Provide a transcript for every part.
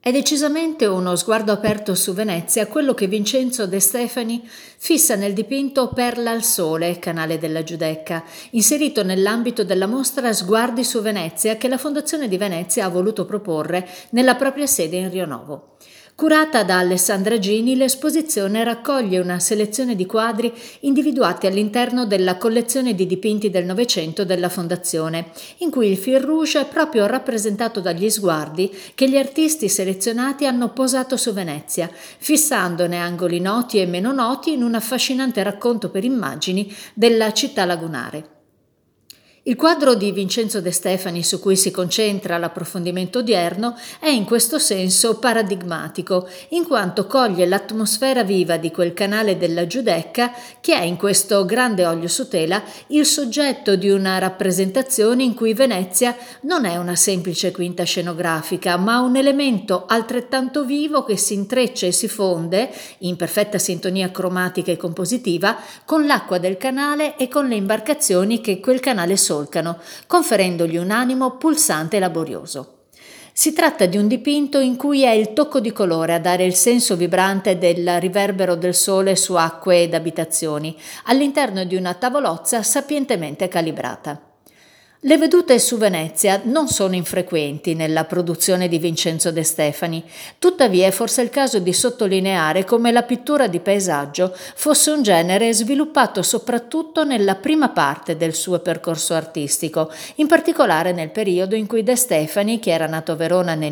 È decisamente uno sguardo aperto su Venezia quello che Vincenzo De Stefani fissa nel dipinto Perla al sole, canale della Giudecca, inserito nell'ambito della mostra Sguardi su Venezia che la Fondazione di Venezia ha voluto proporre nella propria sede in Rio Novo. Curata da Alessandra Gini, l'esposizione raccoglie una selezione di quadri individuati all'interno della collezione di dipinti del Novecento della Fondazione, in cui il fil rouge è proprio rappresentato dagli sguardi che gli artisti selezionati hanno posato su Venezia, fissandone angoli noti e meno noti in un affascinante racconto per immagini della città lagunare. Il quadro di Vincenzo De Stefani su cui si concentra l'approfondimento odierno è in questo senso paradigmatico, in quanto coglie l'atmosfera viva di quel canale della Giudecca che è in questo grande olio su tela il soggetto di una rappresentazione in cui Venezia non è una semplice quinta scenografica, ma un elemento altrettanto vivo che si intreccia e si fonde, in perfetta sintonia cromatica e compositiva, con l'acqua del canale e con le imbarcazioni che quel canale solcano, conferendogli un animo pulsante e laborioso. Si tratta di un dipinto in cui è il tocco di colore a dare il senso vibrante del riverbero del sole su acque ed abitazioni, all'interno di una tavolozza sapientemente calibrata. Le vedute su Venezia non sono infrequenti nella produzione di Vincenzo De Stefani, tuttavia è forse il caso di sottolineare come la pittura di paesaggio fosse un genere sviluppato soprattutto nella prima parte del suo percorso artistico, in particolare nel periodo in cui De Stefani, che era nato a Verona nel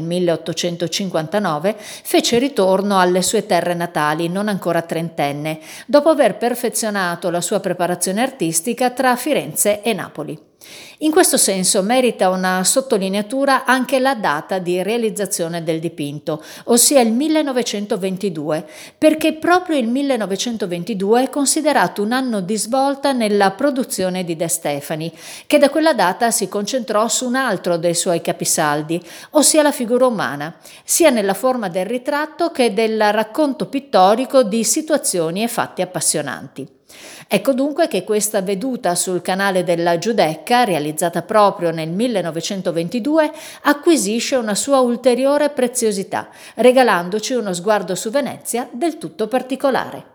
1859, fece ritorno alle sue terre natali, non ancora trentenne, dopo aver perfezionato la sua preparazione artistica tra Firenze e Napoli. In questo senso merita una sottolineatura anche la data di realizzazione del dipinto, ossia il 1922, perché proprio il 1922 è considerato un anno di svolta nella produzione di De Stefani, che da quella data si concentrò su un altro dei suoi capisaldi, ossia la figura umana, sia nella forma del ritratto che del racconto pittorico di situazioni e fatti appassionanti. Ecco dunque che questa veduta sul canale della Giudecca, realizzata proprio nel 1922, acquisisce una sua ulteriore preziosità, regalandoci uno sguardo su Venezia del tutto particolare.